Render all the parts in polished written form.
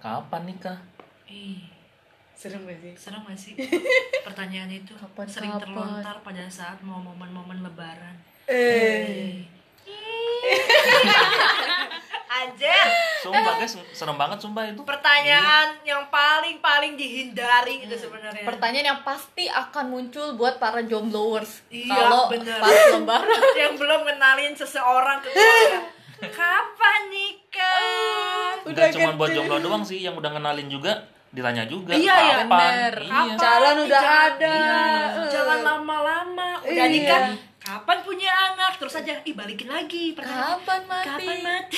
Kapan nikah? Serem gak sih? Serem gak sih? Pertanyaan itu Kapan? sering terlontar pada saat mau momen-momen lebaran. Anjir. Sumpah guys, serem banget sumpah itu. Pertanyaan yang paling dihindari itu sebenarnya. Pertanyaan yang pasti akan muncul buat para jombloers. Iya, Kalau bener. pas lebaran Yang belum kenalin seseorang ke keluarga. Kapan nikah? Udah cuma buat jomblo doang sih, yang udah kenalin juga ditanya juga. Iya, kapan? bener. Iya. Calon udah ada. Jangan lama-lama. Udah Iya. nikah. Kapan punya anak? Terus aja, balikin lagi. Kapan mati? Kapan mati?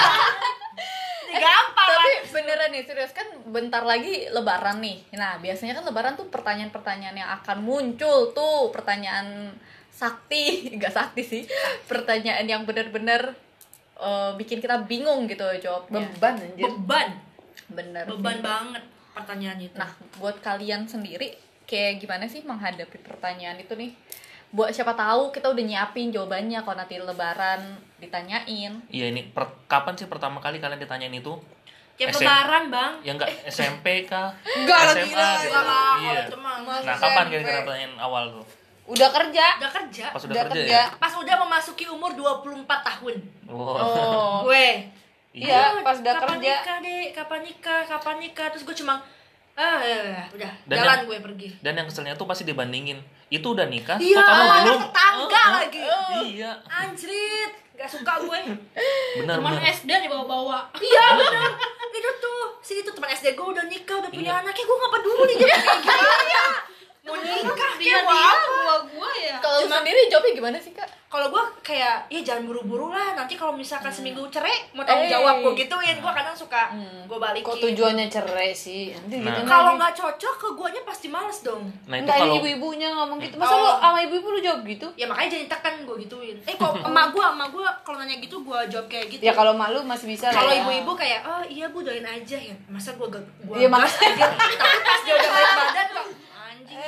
Ini gampang. Tapi beneran nih, serius kan bentar lagi lebaran nih. Nah, biasanya kan lebaran tuh pertanyaan-pertanyaan yang akan muncul tuh, pertanyaan sakti, enggak sakti sih. Pertanyaan yang bener-bener bikin kita bingung gitu jawabnya. Beban anjir. Bener. Beban banget pertanyaan itu. Nah, buat kalian sendiri kayak gimana sih menghadapi pertanyaan itu nih? Buat siapa tahu kita udah nyiapin jawabannya kalau nanti lebaran ditanyain. Iya ini kapan sih pertama kali kalian ditanyain itu? Tiap lebaran, Bang. Ya enggak SMP kah? Enggak lah, SMA gila. gitu. Enggak lah, Iya. kalau itu mah. Nah, kapan kira-kira pertanyaan awal tuh? Udah kerja. Udah kerja. Pas udah Udah kerja kerja. ya? Pas udah memasuki umur 24 tahun. Wow. Oh. Gue. Iya, pas udah kapan kerja. nikah, Dek? Kapan nikah? Terus gue cuma udah Dan jalan yang- gue pergi. Dan yang keselnya tuh pasti dibandingin. Itu udah nikah, Iya, kok kamu belum? tetangga lagi. Iya. Anjrit, gak suka gue. Benar Teman benar. SD dibawa-bawa. Iya benar. Itu tuh, itu teman SD gue udah nikah, udah punya Iya. anak, ya gue gak peduli dia kayak gimana. Mau nikah Dia gua ya. Kalau lu sendiri jawabnya gimana sih, Kak? Kalau gue kayak ya jangan buru-buru lah, nanti kalau misalkan seminggu cerai mau tanggung jawab gue gituin. Gue kadang suka gue balikin. Kok tujuannya cerai sih? Nanti Nah. gitu Kalau nggak cocok ke guanya pasti males dong. Nah, itu Enggak, kalau ibu-ibunya ngomong gitu. Masa Oh. lu sama ibu-ibu lu jawab gitu? Ya makanya jangan tekan gue gituin. Kok emak gue kalau nanya gitu gue jawab kayak gitu. Ya kalau malu masih bisa lah. Kalau ya. ibu-ibu kayak oh iya bu doain aja ya. Masa gue Iya, makanya. tapi pas dia udah balik badan kok anjing.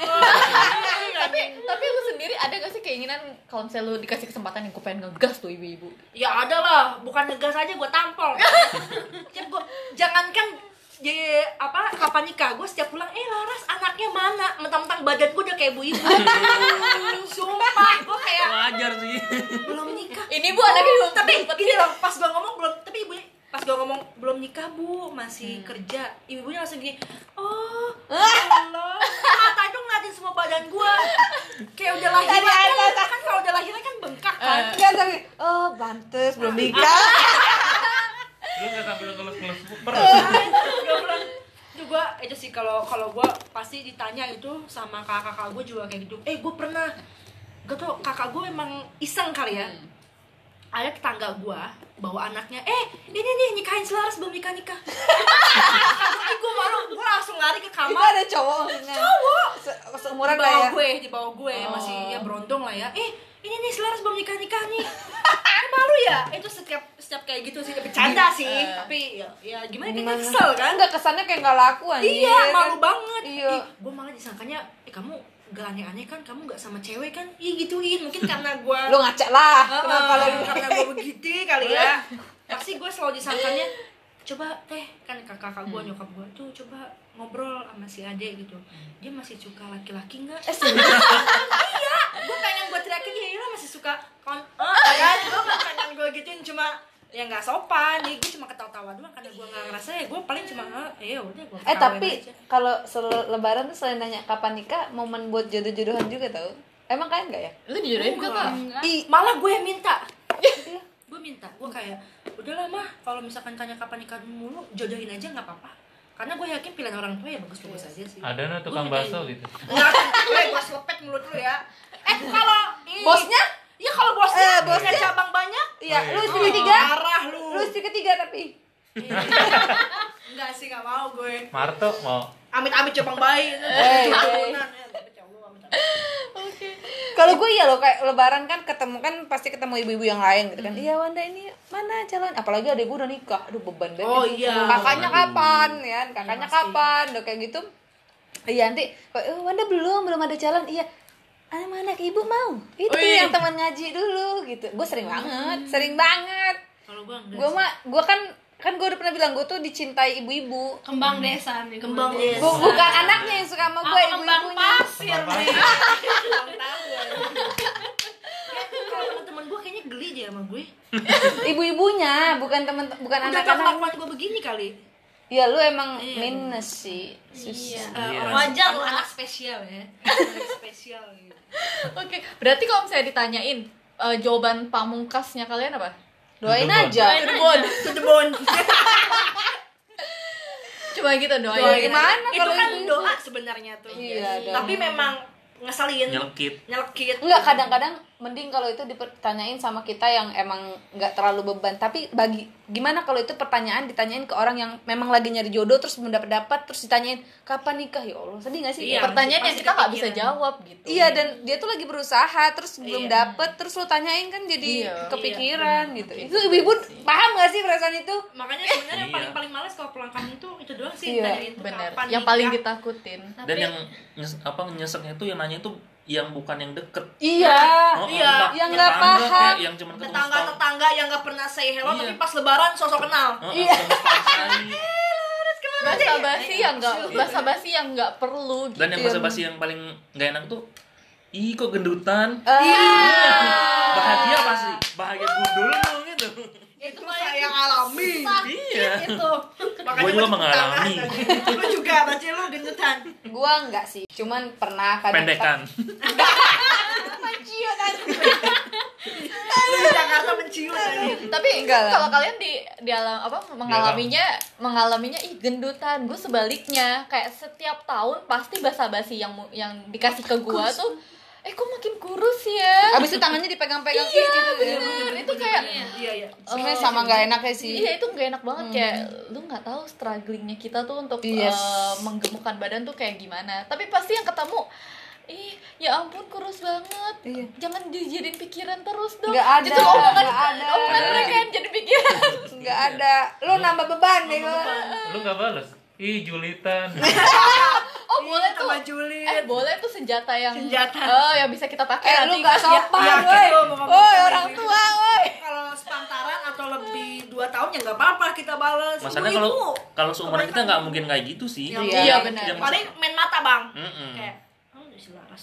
Tapi lu sendiri ada gak sih keinginan kalau misalnya lu dikasih kesempatan yang gue pengen ngegas tuh ibu-ibu? Ya ada lah, bukan ngegas aja gue tampol. Jadi gue jangankan kapan nikah, gue setiap pulang Laras anaknya mana, mentang-mentang badan gue udah kayak ibu-ibu. Sumpah gue kayak wajar sih. belum nikah. Ini bu anaknya belum Tapi sempet gini loh, pas gue ngomong belum, tapi ibu pas gue ngomong belum nikah bu, masih kerja, ibunya langsung gini, oh Allah, mata itu ngeliatin semua badan gue, kayak udah lahiran kan kalau udah lahiran kan bengkak kan. Enggak tapi oh, pantes belum nikah. Lu enggak sambil ngelus-ngelus Juga itu sih kalau gue pasti ditanya itu sama kakak gue juga kayak gitu. Gue pernah gak tau kakak gue emang iseng kali ya. Ada tetangga gue bawa anaknya, ini nih nikahin Selaras belum nikah. Tapi gue langsung lari ke Itu kamar. ada cowok maksudnya. Cowok Seumuran di lah bawah ya. gue, di bawah gue masih ya berondong lah ya. Ini nih Selaras belum nikah nih. Malu ya. Itu setiap kayak gitu sih, bercanda sih. Tapi ya gimana kita kesel kan? Enggak, kesannya kayak enggak laku anjir. Iya, malu banget. Iya. Gue malah disangkanya, kamu gak aneh-aneh kan? Kamu gak sama cewek kan? Gituin. Mungkin karena gue Lu ngaca lah. Kenapa lu karena gue begitu kali ya. Pasti gue selalu disangkanya, coba kan kakak gue, nyokap gue tuh coba ngobrol sama si Ade gitu. Dia masih suka laki-laki gak? Iya, gue pengen gue teriakin, ya Ira masih suka kan? Gue gak pengen gue gituin, cuma ya nggak sopan, jadi gue cuma ketawa-tawa doang karena gue nggak ngerasa, ya gue paling cuma ya udah gue ketawain tapi aja. kalau lebaran tuh selain nanya kapan nikah, momen buat jodoh-jodohan juga tau? Emang kalian enggak ya? Lu dijodohin gak, Kak? Malah gue yang minta. Gue minta, gue kayak udahlah mah kalau misalkan tanya kapan nikah mulu, jodohin aja nggak apa-apa, karena gue yakin pilihan orang tua ya bagus-bagus aja sih. Ada no tukang Gua minta bakso ini. gitu. Enggak, gue selepet mulut lu ya. Kalau Bosnya? Iya kalau bosnya bosnya cabang banyak. Iya, lu iya. istri ketiga? Marah lu. Lu istri ketiga tapi. Enggak sih, enggak mau gue. Marto mau. Amit-amit cabang bayi. Kalau gue iya loh, kayak lebaran kan ketemu kan pasti ketemu ibu-ibu yang lain gitu kan. Iya Wanda ini mana calon? Apalagi adek gue udah nikah. Aduh beban banget. Oh, itu. iya. Kakaknya Aduh. kapan ya? Kakaknya Iya, pasti. kapan? Udah kayak gitu. Iya nanti Wanda belum ada calon. Iya. Anak-anak ibu mau. Itu Wih. yang teman ngaji dulu gitu. Gue sering banget. Kalau gue enggak. Gue kan kan gue udah pernah bilang gue tuh dicintai ibu-ibu. Kembang desa nih. Kembang desa. Bukan anaknya yang suka sama gue, Kembang ibu-ibunya. pasir nih. Kalau teman-teman gue kayaknya geli dia sama gue. Ibu-ibunya, bukan Udah anak-anak. kelakuan gue begini kali. Ya lu emang Iya. minus sih. Iya. Orang Wajar anak lah. spesial ya. Anak spesial gitu. Oke, berarti kalau misalnya ditanyain jawaban pamungkasnya kalian apa? Doain Doain. aja. To the bone. To the bone. Cuma gitu doain. Doain gimana Itu kalau kan ibu-ibu? doa sebenarnya tuh. Iya, doa. Tapi memang ngeselin. Nyelekit. Enggak, kadang-kadang mending kalau itu ditanyain sama kita yang emang nggak terlalu beban. Tapi gimana kalau itu pertanyaan ditanyain ke orang yang memang lagi nyari jodoh terus mendapat terus ditanyain kapan nikah, ya Allah, sedih nggak sih? Iya. Pertanyaan yang Pasti kita nggak bisa kepikiran. jawab gitu. Iya, dan dia tuh lagi berusaha terus belum Iya. dapet terus lo tanyain kan jadi Iya. kepikiran gitu. Oke. Itu ibu-ibu paham gak sih perasaan itu? Makanya sebenarnya yang Iya. paling males kalau pulang kampung tuh itu doang sih, Iya, tanyain tuh Bener. kapan Yang nikah. paling ditakutin. Dan yang nyeseknya tuh yang nanya tuh yang bukan yang deket. Iya. Iya. entah Yang nggak tetangga paham. kayak yang cuman ketemu setahun. tetangga-tetangga yang nggak pernah say hello Iya. tapi pas lebaran sosok kenal. Iya. Ketemu setahun sekali. Basa-basi yang nggak perlu gitu. Dan yang basa-basi yang paling nggak enak tuh, ih kok gendutan. Iya. Bahagia pasti, bahagia gundul tuh gitu. Itu saya yang alami. Iya. Itu. Gua juga mengalami. Lu juga berarti lu gendutan. Gua enggak sih, cuman pernah kadang Pendekan. Menciut aja. Lu di Jakarta mencium tadi. Tapi Enggak lah. kalau kalian di alam apa mengalaminya ih gendutan. Gue sebaliknya, kayak setiap tahun pasti basa-basi yang dikasih ke gue tuh kok makin kurus ya. Abis itu tangannya dipegang-pegang Iya, gitu ya. bener. Itu kayak Iya, iya. Sebenarnya sama nggak enaknya sih. Iya, itu gak enak banget. Kayak lu gak tahu strugglingnya kita tuh untuk Yes. menggemukkan badan tuh kayak gimana. Tapi pasti yang ketemu, ih ya ampun kurus banget. Iya. Jangan dijadiin pikiran terus dong. Nggak ada, Justru omongan nggak ada. mereka yang jadi pikiran. Nggak ada. Lu nambah beban deh gua. Lu nggak balas? Ih, julitan. Oh boleh tuh. Sama Julid. Boleh tuh senjata yang Senjata. yang bisa kita pakai Lu nanti. nggak sopan, Ya, woi. gitu, Mama. Woi, orang tua, woi. Kalau sepantaran atau lebih 2 tahun ya nggak apa-apa kita balas. Masalahnya kalau seumuran kita nggak mungkin kayak gitu sih. Iya, benar. Yang Paling main mata, Bang. Mm-mm. Kayak selaras.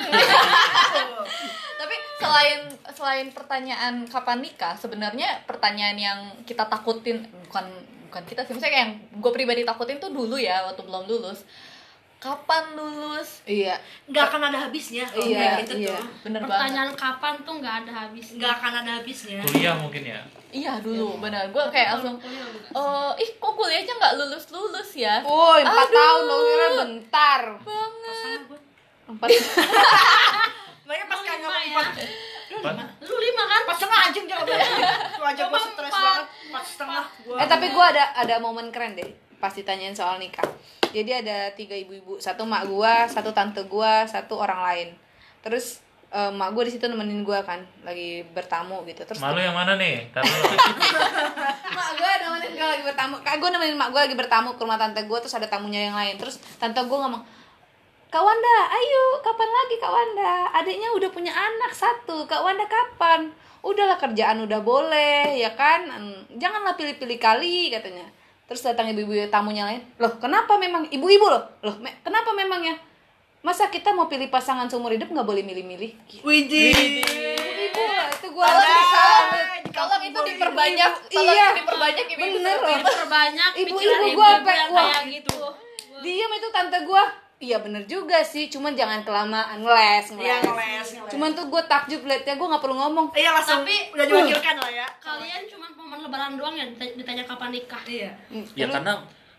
Tapi selain pertanyaan kapan nikah, sebenarnya pertanyaan yang kita takutin bukan kita sih, misalnya yang gue pribadi takutin tuh dulu ya waktu belum lulus. Kapan lulus? Iya. Nggak akan ada habisnya kalau Iya, kayak gitu iya. tuh. Bener banget. Pertanyaan kapan tuh nggak ada habis. Nggak akan ada habisnya. Kuliah mungkin ya. Iya dulu, benar. Gue kayak langsung, kok kuliahnya nggak lulus ya? Woi, 4 Aduh. tahun lo kira bentar. Banget. 4. Makanya pas kayak ngomong ya. Lu 5 kan? pas setengah anjing jangan bilang. Tuh aja gue stres banget. Pas setengah gue. Tapi gue ada momen keren deh pas ditanyain soal nikah. Jadi ada 3 ibu-ibu, satu mak gue, satu tante gue, satu orang lain. Terus mak gue di situ nemenin gue kan, lagi bertamu gitu. Terus Malu yang mana nih? Taruh. mak gue nemenin gue lagi bertamu. Kak gue nemenin mak gue lagi bertamu ke rumah tante gue, terus ada tamunya yang lain. Terus tante gue ngomong, Kak Wanda, ayo kapan lagi Kak Wanda? Adiknya udah punya anak 1, Kak Wanda kapan? Udahlah kerjaan udah boleh, ya kan? Janganlah pilih-pilih kali katanya. Terus datang ibu-ibu tamunya lain, loh kenapa memang? Ibu-ibu loh, kenapa memangnya? Masa kita mau pilih pasangan seumur hidup nggak boleh milih-milih? Widih. Ibu lah, itu gue Tolong itu diperbanyak, Iya. diperbanyak ibu-ibu Bener loh. Perbanyak Ibu-ibu pikiran gua ibu-ibu sampai, yang wah, kayak gitu. Diam itu tante gue. Iya bener juga sih, cuman jangan kelamaan ngeles. Iya ngeles. Cuman tuh gue takjub liatnya, gue nggak perlu ngomong. Iya langsung Tapi- udah diwakilkan lah ya. Kalian cuma momen lebaran doang ya ditanya kapan nikah. Iya. Ya karena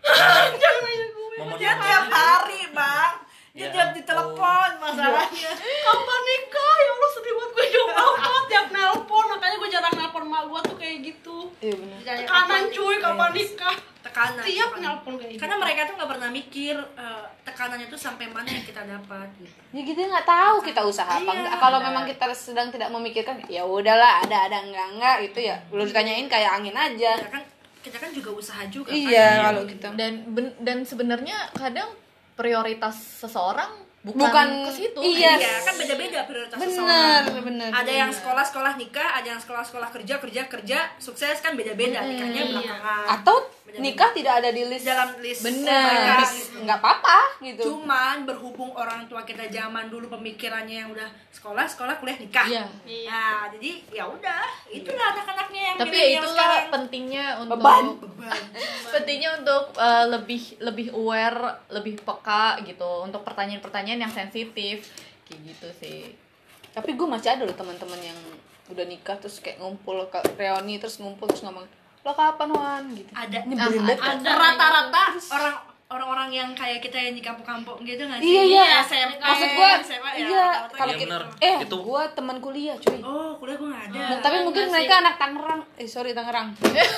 momen Dia tiap hari, Bang. Dia Iya. tiap ditelepon masalahnya. Kapan nikah? Ya Allah sedih banget gue jawab tiap nelpon. Makanya gue jarang nelpon mak gue tuh kayak gitu. Iya bener. Tekanan cuy kapan nikah. Tekanan. Tiap nelpon kayak gitu. Karena mereka tuh nggak pernah mikir tekanannya tuh sampai mana yang kita dapat gitu. Ya gitu nggak tahu kita usaha apa Iya, enggak. Kalau ada. memang kita sedang tidak memikirkan, ya udahlah ada enggak gitu ya. Lu ditanyain kayak angin aja. Kita kan juga usaha juga Iya kan. kalau gitu. Dan sebenarnya kadang prioritas seseorang bukan ke situ. Iya. Iya, kan beda-beda prioritas Bener, seseorang. bener. Ada yang sekolah nikah, ada yang sekolah kerja, sukses, kan beda-beda. Nikahnya belakangan. Atau nikah tidak ada di list Dalam list bener mereka. nggak apa-apa gitu. Cuman berhubung orang tua kita zaman dulu pemikirannya yang udah sekolah, kuliah, nikah. Iya. Nah, jadi ya udah, itulah anak-anaknya yang Tapi ya milenial itulah sekarang. pentingnya untuk Beban. pentingnya untuk lebih aware, lebih peka gitu untuk pertanyaan-pertanyaan yang sensitif kayak gitu sih. Tapi gue masih ada loh teman-teman yang udah nikah terus kayak ngumpul ke reuni terus ngumpul terus ngomong lo kapan Wan gitu. Ada Nyebelin banget. ada rata-rata orang-orang yang kayak kita yang di kampung-kampung gitu nggak sih? Iya. SMP, Maksud gue SMA, ya, iya rata-rata kalau Iya, gitu. bener. Itu. gue teman kuliah cuy. Oh, kuliah gue nggak ada. Tapi mungkin enggak mereka sih. anak Tangerang. Tangerang.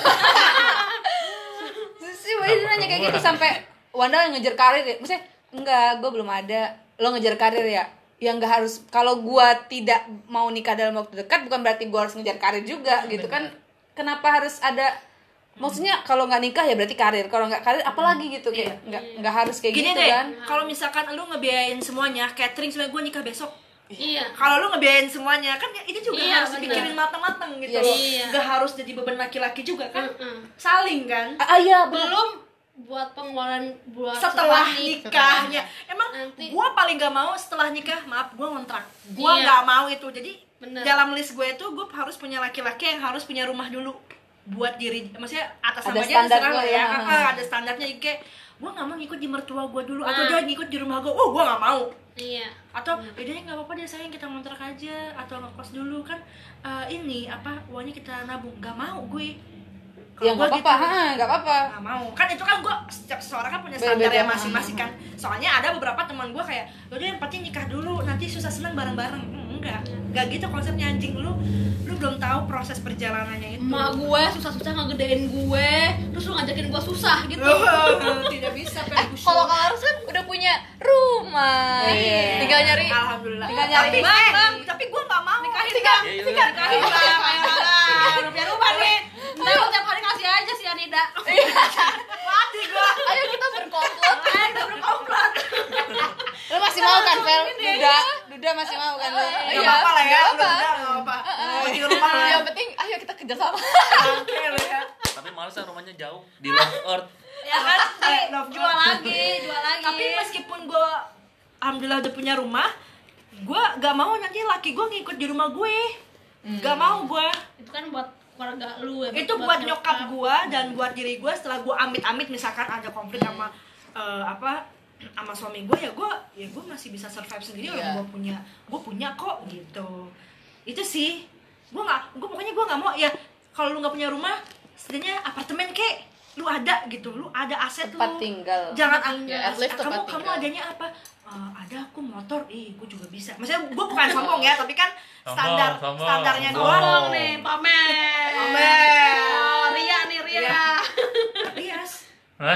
Terus sih dia nanya kayak gitu sampai Wanda yang ngejar karir ya. Maksudnya enggak, gue belum ada. Lo ngejar karir ya. Ya enggak harus, kalau gue tidak mau nikah dalam waktu dekat bukan berarti gue harus ngejar karir juga gitu kan. Kenapa harus ada, maksudnya kalau nggak nikah ya berarti karir, kalau nggak karir apalagi gitu kayak nggak harus kayak Gini gitu deh, kan. kalau misalkan lu ngebiayain semuanya, catering sebenarnya gue nikah besok. Iya. Kalau lu ngebiayain semuanya kan ya itu juga Iya, harus bener. dipikirin matang-matang gitu Yes. loh. Iya. Gak harus jadi beban laki-laki juga kan. Mm-mm. Saling kan. Iya bener. Belum buat pengeluaran buat Setelah nikahnya emang Nanti. gue paling gak mau setelah nikah, maaf gue ngontrak, gue Iya. gak mau itu. Jadi Bener. dalam list gue itu gue harus punya laki-laki yang harus punya rumah dulu buat diri, maksudnya atas Ada namanya standar terserah lah gue ya. ya. Ada standarnya, kayak gue gak mau ngikut di mertua gue dulu atau dia ngikut di rumah gue, gue gak mau. Iya. Atau yaudah nggak apa-apa deh sayang, kita ngontrak aja atau ngekos dulu kan, ini apa uangnya kita nabung. Gak mau gue. Ya Kalau nggak gue apa-apa, nggak apa-apa. Nggak mau kan, itu kan gue setiap seorang kan punya Beda-beda. standar yang masing-masing kan. Soalnya ada beberapa teman gue kayak yaudah yang penting nikah dulu nanti susah senang bareng-bareng. Enggak gitu konsepnya, anjing. Lu belum tahu proses perjalanannya itu. Emak gue susah-susah ngegedein gue, terus lu ngajakin gue susah gitu. Tidak bisa Kalau Kalaros kan udah punya rumah, Iya. tinggal nyari. alhamdulillah. Tinggal nyari Tapi, bang. tapi gue nggak mau nikahin Iya, iya. nikahin udah punya rumah nih. Ntar lu tiap hari kasih aja si Anida. Mati gue. Ayo kita berkomplot. Lo masih mau kan, Vel? Duda masih mau kan lo? Gak Iya, apa-apa lah ya, nggak udah apa. gak apa-apa. Penting rumah lah. Yang penting ayo kita kerja sama. Oke lo ya. Tapi males ya rumahnya jauh di Love Earth. Ya kan? Love Jual Earth. lagi, jual lagi. Tapi meskipun gue alhamdulillah udah punya rumah, gue gak mau nanti laki gue ngikut di rumah gue. Gak mau gue. itu kan buat keluarga lu ya. Itu buat nyokap gue dan buat diri gue. Setelah gue amit-amit misalkan ada konflik sama sama suami gue, ya gue masih bisa survive sendiri. Iya. Orang gue punya kok gitu. Itu sih gue pokoknya gue nggak mau ya, kalau lu nggak punya rumah setidaknya apartemen kek lu ada gitu, lu ada aset Tempat lu. tinggal. Jangan Ya, at least tempat kamu tinggal. adanya apa? Ada aku motor, gue juga bisa. Maksudnya gue bukan sombong ya, tapi kan Sombong. standarnya gue. Ngomong nih, pamer. Pamer. Oh, Ria nih, Ria. Iya. Rias. Hah?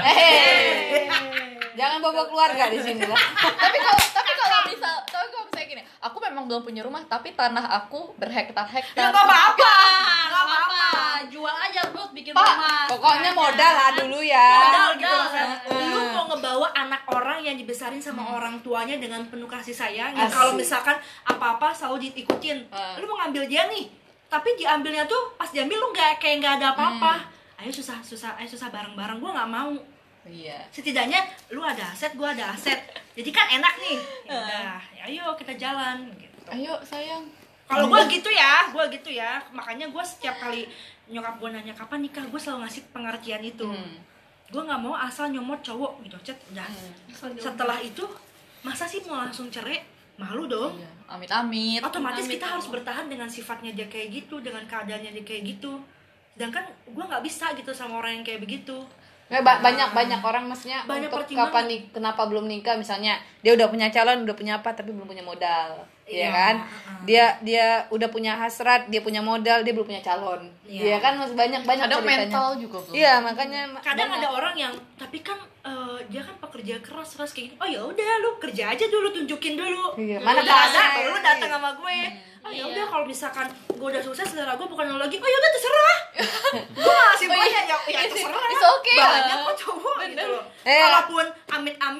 Jangan bawa keluarga di sini lah. tapi kalau misalnya gini, aku memang belum punya rumah tapi tanah aku berhektar-hektar. Ya nggak apa-apa. Gak apa-apa, jual aja buat bikin Pak, rumah. pokoknya modal lah dulu ya. Modal gitu maksudnya. Lu mau ngebawa anak orang yang dibesarin sama orang tuanya dengan penuh kasih sayang, yang Asik. kalau misalkan apa-apa selalu diikutin. Lu mau ngambil dia nih, tapi diambilnya tuh pas diambil lu kayak nggak ada apa-apa. Ayo susah bareng-bareng. Gua nggak mau. Iya. Setidaknya lu ada aset, gua ada aset. Jadi kan enak nih. Ya udah, ayo kita jalan gitu. Ayo sayang. Kalau gue gitu ya, makanya gue setiap kali nyokap gue nanya kapan nikah, gue selalu ngasih pengertian itu. Gue nggak mau asal nyomot cowok gitu, cet. Udah. Setelah itu, masa sih mau langsung cerai? Malu dong. Iya. Amit-amit. Otomatis kita harus bertahan dengan sifatnya dia kayak gitu, dengan keadaannya dia kayak gitu. Sedangkan gue nggak bisa gitu sama orang yang kayak begitu. Banyak orang maksudnya Banyak untuk pertimbangan. kapan nih, kenapa belum nikah misalnya dia udah punya calon, udah punya apa tapi belum punya modal, Iya, ya kan? Dia udah punya hasrat, dia punya modal, dia belum punya calon, Iya. ya kan? Masih banyak Kadang ceritanya. mental juga belum. Iya makanya Kadang banyak. ada orang yang tapi kan dia kan pekerja keras kayak gitu. Oh ya udah lu kerja aja dulu, tunjukin dulu. Iya, mana Udah ada, kelasnya? baru lu datang sama gue. Oh ya udah kalau misalkan gue udah sukses, selera gue bukan lu lagi. Oh ya udah terserah. Gue nggak simpelnya ya terserah. It's okay. Banyak kok cowok gitu loh. Eh. Kalaupun amit-amit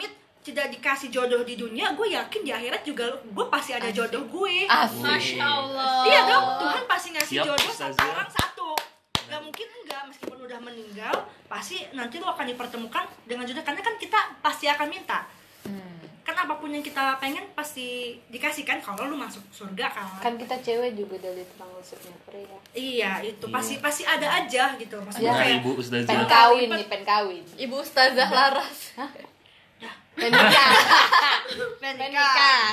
tidak dikasih jodoh di dunia, gue yakin di akhirat juga gue pasti ada jodoh gue. Masya Allah. Iya dong, Tuhan pasti ngasih Siap, jodoh Ustazah. satu orang satu. Gak mungkin enggak, meskipun udah meninggal, pasti nanti lo akan dipertemukan dengan jodoh. Karena kan kita pasti akan minta. Kan apapun yang kita pengen pasti dikasihkan kalau lu masuk surga kan. Kan kita cewek juga dari tukang rusuknya pria. Iya, itu pasti ada aja gitu. Maksudnya Benar, kayak Ibu Pen Ustazah. kawin nih, pen kawin. Ibu Ustazah Laras. Pen nikah. pen Pen nikah. nikah.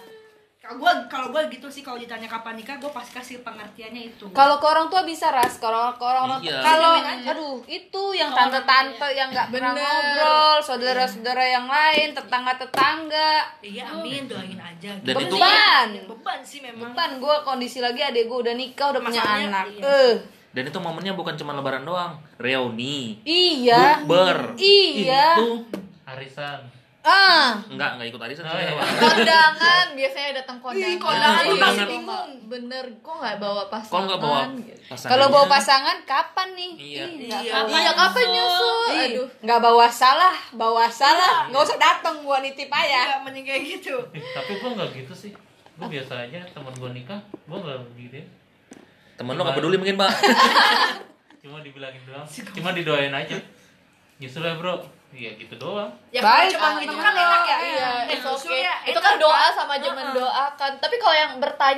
Kalau gue gitu sih, kalau ditanya kapan nikah, gue pasti kasih pengertiannya itu. Kalau ke orang tua bisa ras, kalau ke orang Iya. kalau Dijamin aja. aduh itu yang tante-tante yang nggak pernah Bener. ngobrol, saudara-saudara yang lain, tetangga-tetangga. Iya, amin, doain aja. Dan itu- beban sih memang. Beban gue kondisi lagi adik gue udah nikah, udah punya Masalahnya, anak. iya. Dan itu momennya bukan cuma lebaran doang, reuni, Iya. bukber. Iya. Itu Arisan. enggak ikut arisan Oh, saya. iya. Pak. Kondangan biasanya datang kondangan. Ih, kondangan tuh pasti bingung. Bener, kok nggak bawa pasangan? Kok nggak bawa gitu. pasangan? Kalau bawa pasangan kapan nih? Iya. nggak Iya. tahu. Iya, kapan nyusul? Ih, Aduh. nggak bawa salah, nggak usah datang gua nitip aja. Iya, mending kayak gitu. Tapi gue nggak gitu sih. Gue biasa aja teman gue nikah, gue nggak gitu. Temen lo nggak peduli mungkin, Pak. Cuma dibilangin doang, cuma didoain aja. Nyusul ya bro, iya gitu doang. Ya Baik, kalau cuma itu kan enak ya. Iya, it's nyusul okay. ya, Itu enak, kan doa Pak. sama aja mendoakan. Tapi kalau yang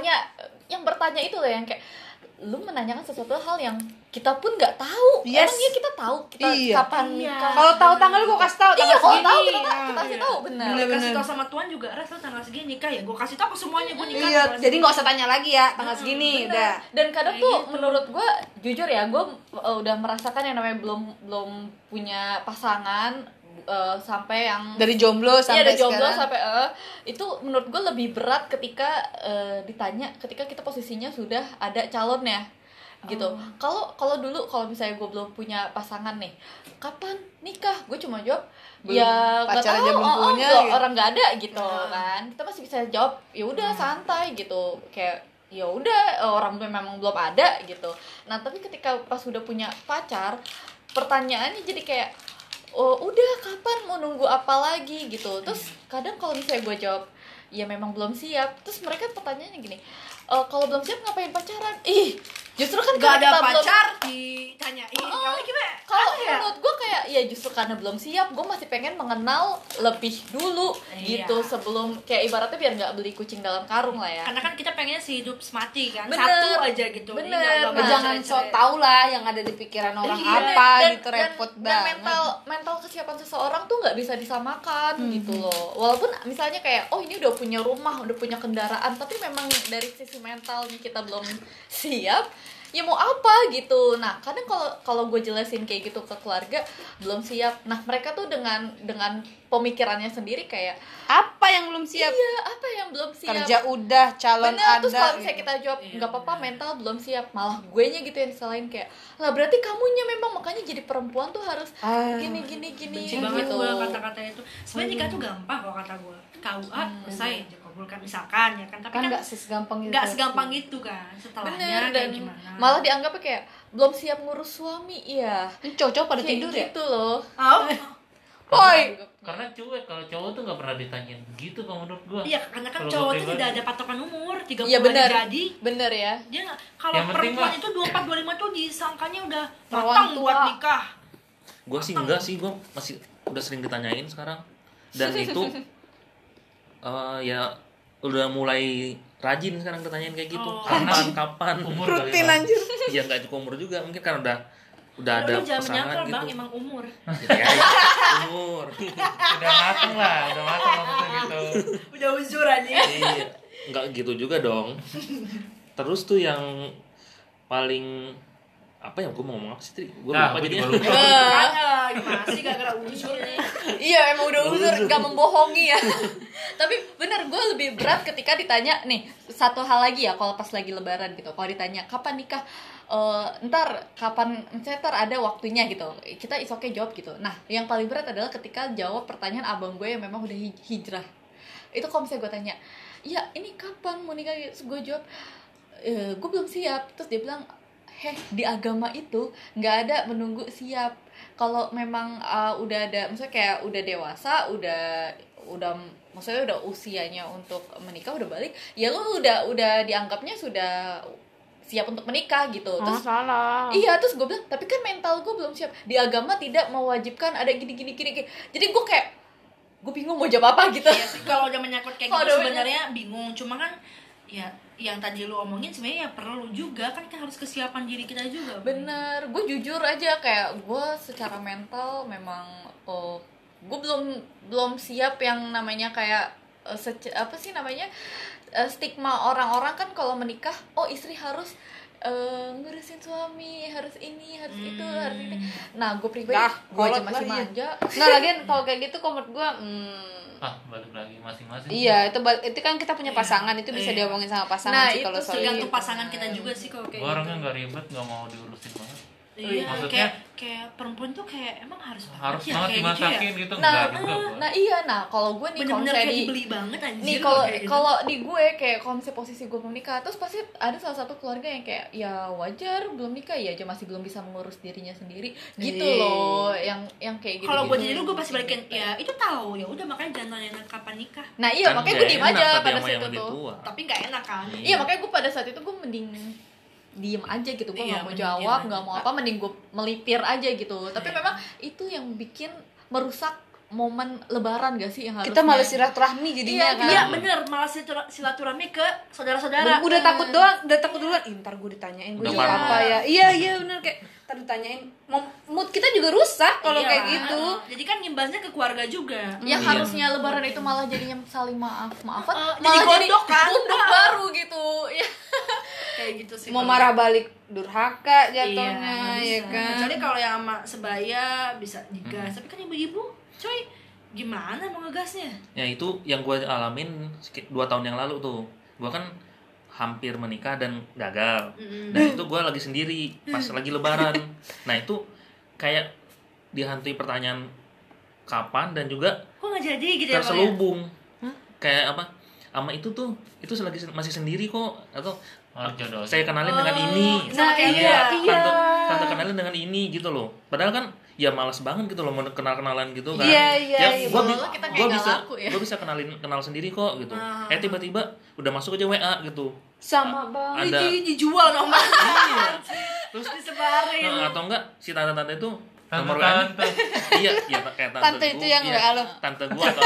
bertanya itu loh yang kayak lu menanyakan sesuatu hal yang kita pun nggak tahu. Yes. Emang iya kita tahu kita Iya. kapan Iya. nikah. Kalau tahu tanggal gua kasih tahu iya, tanggal kalau segini. tahu kita Nah, kasih tahu benar. Kalau Bener-bener. kasih tau sama Tuhan juga, Ras lo tanggal segini nikah ya. Gue kasih tau ke semuanya gue nikah. Iya, tanggal jadi segini. nggak usah tanya lagi ya tanggal segini Bener. udah. Dan kadang Kayak tuh gitu. menurut gue jujur ya gue udah merasakan yang namanya belum punya pasangan sampai yang Dari jomblo iya sampai dari jomblo sekarang. sampai itu menurut gue lebih berat ketika ditanya ketika kita posisinya sudah ada calonnya gitu. Kalau dulu kalau misalnya gue belum punya pasangan nih, kapan nikah? Gue cuma jawab Belum, ya nggak pacar tahu, aja belum punya, gitu. gitu. Orang nggak ada gitu kan. Kita masih bisa jawab ya udah santai gitu, kayak ya udah orang memang belum ada gitu. Nah tapi ketika pas udah punya pacar, pertanyaannya jadi kayak oh udah kapan mau nunggu apa lagi gitu. Terus kadang kalau misalnya gue jawab ya memang belum siap, terus mereka pertanyaannya gini, kalau belum siap ngapain pacaran? Ih justru kan Gak karena ada kita belum pacar ditanyain. Kalau gimana? kalau Apa ya? menurut gue kayak ya justru karena belum siap, gue masih pengen mengenal lebih dulu Iya. gitu sebelum kayak ibaratnya biar nggak beli kucing dalam karung lah ya. Karena kan kita pengennya sehidup semati kan. Bener. Satu aja gitu. Bener. Nggak Nah, Jangan cerai-cerai. sok tau lah yang ada di pikiran orang Iya. apa gitu repot dan banget. mental kesiapan seseorang tuh nggak bisa disamakan gitu loh. Walaupun misalnya kayak oh ini udah punya rumah, udah punya kendaraan, tapi memang dari sisi mentalnya kita belum siap. Ya mau apa gitu. Nah kadang kalau gue jelasin kayak gitu ke keluarga belum siap. Nah mereka tuh dengan pemikirannya sendiri kayak Apa yang belum siap? iya apa yang belum siap. Kerja udah, calon Bener, ada. terus kalau misalnya gitu. kita jawab Iya, nggak apa-apa mental belum siap, malah gue nya gitu yang disalahin kayak lah berarti kamunya memang makanya jadi perempuan tuh harus gini Benci banget gitu. gue kata-kata itu. Sebenarnya nikah tuh gampang kalau kata gue. KUA selesai dikabulkan misalkan ya kan. Tapi Kan kan nggak segampang itu. nggak segampang itu kan. Setelahnya Bener, kayak dan gimana. malah dianggapnya kayak belum siap ngurus suami. Iya Ini cowok pada kayak tidur ya? gitu loh. Oh, Woi. Karena cuek, kalau cowok tuh nggak pernah ditanyain begitu kalau menurut gua. iya karena kan Kalau cowok gua tuh pribadi. tidak ada patokan umur. 30 Iya benar, jadi. bener ya. Dia nggak, kalau Yang penting perempuan mah- itu 24 25 tuh disangkanya udah Perawan matang tua. buat nikah. Gue sih enggak sih, gue masih udah sering ditanyain sekarang. Dan itu ya udah mulai rajin sekarang ditanyain kayak gitu. Oh. Kapan? Umur Rutin kali, Bang. anjir. Ya nggak cukup umur juga, mungkin kan udah ada Lu jangan pasangan menyangkal gitu. bang, emang umur. Ya, umur. Udah mateng lah, udah mateng maksudnya gitu. Udah uzur aja. Iya, nggak gitu juga dong. Terus tuh yang paling apa ya, gue mau ngomong apa sih Tri? Gue Nah, lupa gua jadinya. juga lupa. Makanya gimana sih gara-gara uzur nih. Iya emang udah uzur, gak membohongi ya. Tapi bener gue lebih berat ketika ditanya nih satu hal lagi ya kalau pas lagi lebaran gitu. Kalau ditanya kapan nikah, ntar kapan, misalnya ntar ada waktunya gitu. Kita is okay jawab gitu. Nah yang paling berat adalah ketika jawab pertanyaan abang gue yang memang udah hijrah. Itu kalau misalnya gue tanya, ya ini kapan mau nikah? Terus gue jawab, gue belum siap. Terus dia bilang, di agama itu nggak ada menunggu siap. Kalau memang udah ada, misalnya kayak udah dewasa, maksudnya udah usianya untuk menikah, udah balik, ya lu udah dianggapnya sudah siap untuk menikah gitu. Terus salah. iya, terus gue bilang tapi kan mental gue belum siap, di agama tidak mewajibkan ada gini. Jadi gue kayak gue bingung mau jawab apa gitu. Iya sih, kalau udah menyangkut kayak Kalau gitu udah sebenarnya bingung. Cuma kan ya yang tadi lu omongin sebenarnya ya perlu juga kan, kita harus kesiapan diri kita juga. Bener, gue jujur aja kayak gue secara mental memang gue belum siap yang namanya kayak apa sih namanya stigma orang-orang kan kalau menikah, oh istri harus ngurusin suami, harus ini, harus itu, harus ini. Nah gue pribadi, gue aja masih manja. Nah lagian kalau kayak gitu menurut gue balik lagi masing-masing. iya, itu kan kita punya pasangan, itu bisa diomongin sama pasangan Nah, sih kalau itu soal Tergantung itu. pasangan kita juga sih kalau kayak Gua orangnya gitu. nggak ribet, nggak mau diurusin banget. Iya, Maksudnya- kayak perempuan tuh kayak emang harus Harus ya, banget kayak dimasakin gitu, Nah, enggak juga gua. nah iya, nah kalau gue nih Bener-bener konsep kayak di dibeli banget anjir. nih kayak gitu. kalau di gue kayak konsep posisi gue belum nikah, terus pasti ada salah satu keluarga yang kayak ya wajar belum nikah ya aja masih belum bisa mengurus dirinya sendiri gitu loh, yang kayak gitu. Kalau gue jadi lu gue pasti balikin ya itu tahu, ya udah makanya jangan tanya kapan nikah. Nah iya, Kan makanya nggak gue diem enak aja tapi pada sama saat yang itu lebih tuh. tua. Tapi nggak enak kan. Iya, makanya gue pada saat itu gue mending diem aja gitu, gue Iya, nggak mau mending jawab, diem nggak aja. mau apa, mending gue melipir aja gitu. Tapi Iya. memang itu yang bikin merusak momen lebaran gak sih yang harusnya Kita malah silaturahmi jadinya Iya, kan. Iya bener, malah silaturahmi ke saudara-saudara. Udah takut duluan, ntar gue ditanyain gue Udah jawab parno. apa ya. Iya bener, kayak ntar ditanyain, mood kita juga rusak kalau Iya, kayak gitu. Jadi kan ngimbasnya ke keluarga juga. yang Iya. harusnya lebaran itu malah jadinya saling maafan, jadi malah jadi gondok kan? gondok baru gitu. Ya. Kayak gitu sih. Mau kalau- marah balik durhaka Iya, jatuhnya, nggak ya bisa. kan. Kecuali kalau yang sama sebaya bisa digas. Tapi kan ibu-ibu, coy, gimana mau ngegasnya? Ya itu yang gue alamin 2 tahun yang lalu tuh. Gue kan hampir menikah dan gagal. Dan itu gue lagi sendiri pas lagi lebaran. Nah itu kayak dihantui pertanyaan kapan dan juga Kok nggak jadi gitu ya? Bang, ya? terselubung. Kayak apa? Ama itu selagi masih sendiri kok, atau Jodoh. saya kenalin dengan ini. sama kayak Iya, dia. tante kenalin dengan ini gitu loh. Padahal kan ya malas banget gitu loh mau kenal-kenalan gitu kan. Iya, Ya iya. gua Soalnya kita kayak nggak laku ya. gua bisa kenal sendiri kok gitu. Tiba-tiba udah masuk aja WA gitu. Sama banget. Ada Dijual nomor. iya. Terus Disebarin. atau enggak si tante-tante itu nomor Tante-tante. iya, kayak tante. Tante itu yang WA lo. Tante gua atau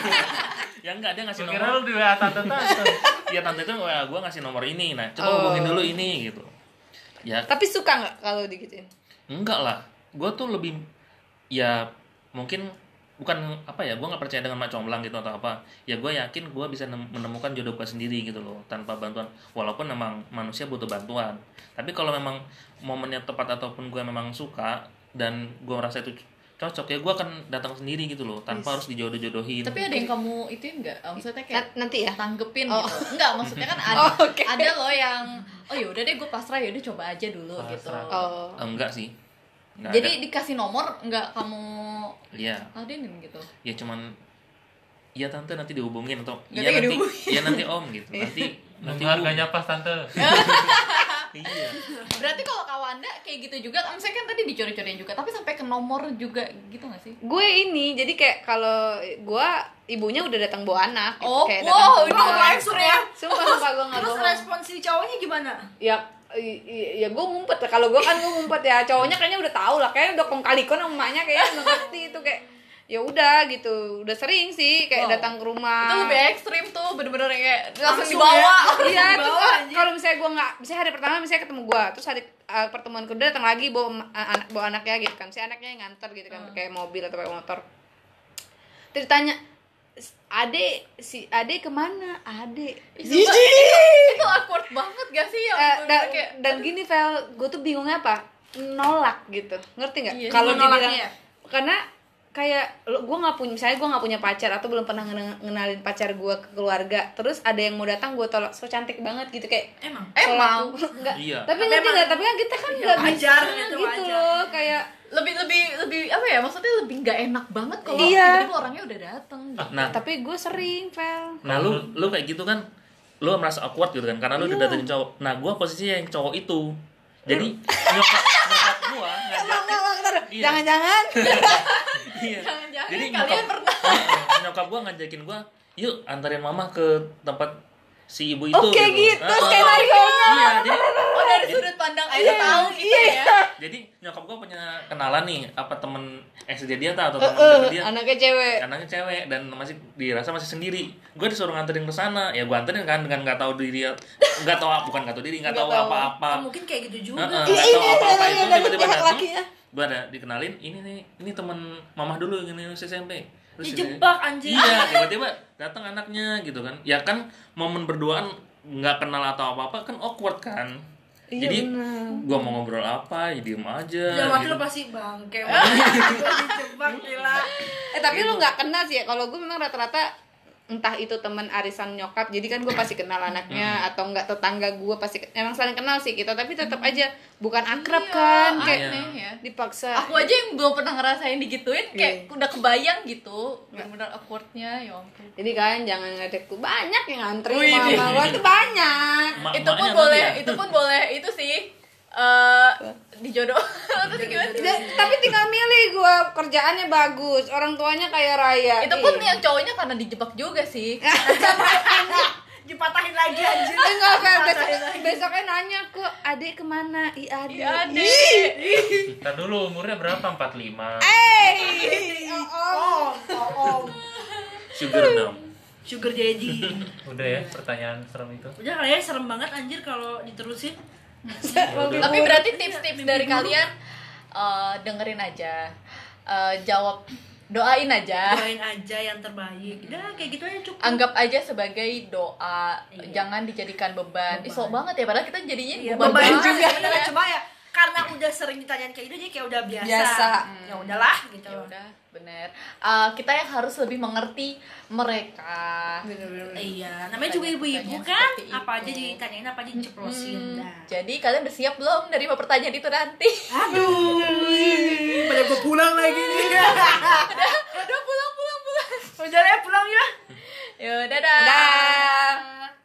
ya enggak, dia ngasih Gua kira nomor. lu di WA tante-tante. Iya, tante itu WA gua ngasih nomor ini. Nah, coba hubungin dulu ini gitu. Ya Tapi suka nggak kalau digituin? enggak lah, gue tuh lebih ya mungkin bukan apa ya, gue nggak percaya dengan mak comblang gitu atau apa ya, gue yakin gue bisa menemukan jodoh gue sendiri gitu loh tanpa bantuan, walaupun memang manusia butuh bantuan, tapi kalau memang momennya tepat ataupun gue memang suka dan gue merasa itu cocok ya gue akan datang sendiri gitu loh tanpa harus dijodoh-jodohin. Tapi ada yang kamu ituin nggak? Maksudnya kayak Nanti ya. tanggepin Oh. gitu. Enggak, maksudnya kan ada Oh, oke. ada loh yang oh ya udah deh gue pasrah, ya udah coba aja dulu gitu. Pasrah. Oh. Enggak sih. Enggak Jadi dikasih nomor nggak kamu iya, ladenin gitu. ya cuman iya tante nanti dihubungin atau Nanti iya nanti dihubungin. iya nanti om gitu. Nanti Nunggu harganya pas tante. iya. Berarti kalau Kawanda kayak gitu juga, kan saya kan tadi dicuri-curiin juga, tapi sampai ke nomor juga gitu nggak sih? Gue ini, jadi kayak kalau gue ibunya udah datang bawa anak. Gitu. Oh, kayak wow, datang ini bawa anak. langsung ya. Sumpah gue nggak Terus bohong. respon si cowoknya gimana? Ya gue ngumpet. Kalau gue kan gue ngumpet ya. Cowoknya kayaknya udah tahu lah, kayaknya udah kong kali kon sama emaknya kayaknya udah ngerti itu kayak ya udah gitu, udah sering sih kayak Wow. datang ke rumah. Itu lebih ekstrim tuh, bener-bener kayak langsung Langsung dibawa. ya. Iya, Dibawa, terus anjir. kalau misalnya gue nggak, misalnya hari pertama misalnya ketemu gue, terus hari pertemuan kedua datang lagi bawa anaknya gitu kan, si anaknya yang nganter gitu kan, kayak mobil atau pakai motor. Terus ditanya, Ade kemana? Ade. Sumpah, itu awkward banget gak sih yang bener-bener kayak Dan gini Vel, gue tuh bingungnya apa? Nolak gitu, ngerti nggak? Iya, Kalau nolaknya dibilang, ya? karena kayak gue nggak punya, misalnya gue nggak punya pacar atau belum pernah ngenalin pacar gue ke keluarga, terus ada yang mau datang gue tolak, so cantik banget gitu kayak Emang? Emang. enggak. Iya. Tapi Tapi ngerti emang- nggak? Tapi kan kita kan nggak bisa wajar, itu gitu wajar. loh, kayak lebih apa ya, maksudnya lebih nggak enak banget kalau Iya. tiba-tiba orangnya udah dateng gitu. Nah, tapi gue sering Vel. nah lu kayak gitu kan, lu merasa awkward gitu kan karena lu udah Iya. datengin cowok. Nah, gua posisinya yang cowok itu. Jadi nyokap gua ngajak. Iya. Jangan-jangan Iya. Jangan-jangan Jadi kalian pernah. nyokap gue ngajakin gue, yuk antarin mama ke tempat si ibu itu. Oke, gitu skenario-nya. Iya, jadi Oh, dari sudut pandang Aida tahu gitu ya. jadi nyokap gue punya kenalan nih, apa temen SD dia atau temen deket dia. Anaknya cewek. Anaknya cewek dan masih dirasa masih sendiri. Gue disuruh nganterin ke sana, ya gue anterin kan dengan nggak tahu diri, nggak tahu nggak tahu apa-apa. Mungkin kayak gitu juga. Nggak tahu apa-apa itu tiba-tiba datang. lakinya. Gue ada dikenalin, ini teman mamah dulu yang ini SMP. Dijebak, anjing. Iya, tiba-tiba datang anaknya gitu kan. Ya kan momen berduaan nggak kenal atau apa-apa kan awkward kan. Iya, Jadi bener. gue mau ngobrol apa, ya diem aja. Ya mati gitu. lo pasti bangke. Gue dijebak gila. Tapi lu nggak kenal sih ya. Kalau gue memang rata-rata entah itu teman arisan nyokap, jadi kan gue pasti kenal anaknya, atau enggak tetangga gue pasti emang saling kenal sih kita, tapi tetap aja bukan akrab kan, kayak Aneh ya. dipaksa. Aku aja yang belum pernah ngerasain digituin kayak udah kebayang gitu. Bener-bener awkwardnya, ya ampun. Jadi kalian jangan ngedek tuh, banyak yang ngantri Wih, mama gue tuh banyak. Itu pun Emak-emaknya boleh, nanti ya. itu pun boleh itu sih dijodoh. Terus gimana? Tapi tinggal milih gue, kerjaannya bagus, orang tuanya kaya raya. Itu pun yang cowoknya karena dijebak juga sih. Dipatahin lagi anjir. enggak kan besoknya nanya ke adik kemana? Adik. Iya deh. Kita dulu umurnya berapa? 45. Oh. Sugar dong. Sugar daddy. Udah ya pertanyaan serem itu. Udah kayaknya serem banget anjir kalau diterusin. Tapi berarti tips-tips dari kalian dengerin aja, jawab, doain aja, Doain aja yang terbaik. Udah kayak gitu aja cukup. anggap aja sebagai doa, jangan dijadikan beban. Ih, sok banget ya, padahal kita jadinya Iya, beban beban banget juga. sebenarnya. Cuma ya karena udah sering ditanyain kayak gitu jadi kayak udah biasa. Biasa. Ya udahlah gitu. Ya udah, bener. Kita yang harus lebih mengerti mereka. Iya, namanya juga ibu-ibu Pertanyaan kan. seperti Apa itu. aja ditanyain, apa aja diceplosin. Dah. Jadi kalian udah siap belum dari pertanyaan itu nanti? Aduh, pada gue pulang lagi nih. Udah pulang. Udah ya pulang ya. Yuk, dadah. Dah.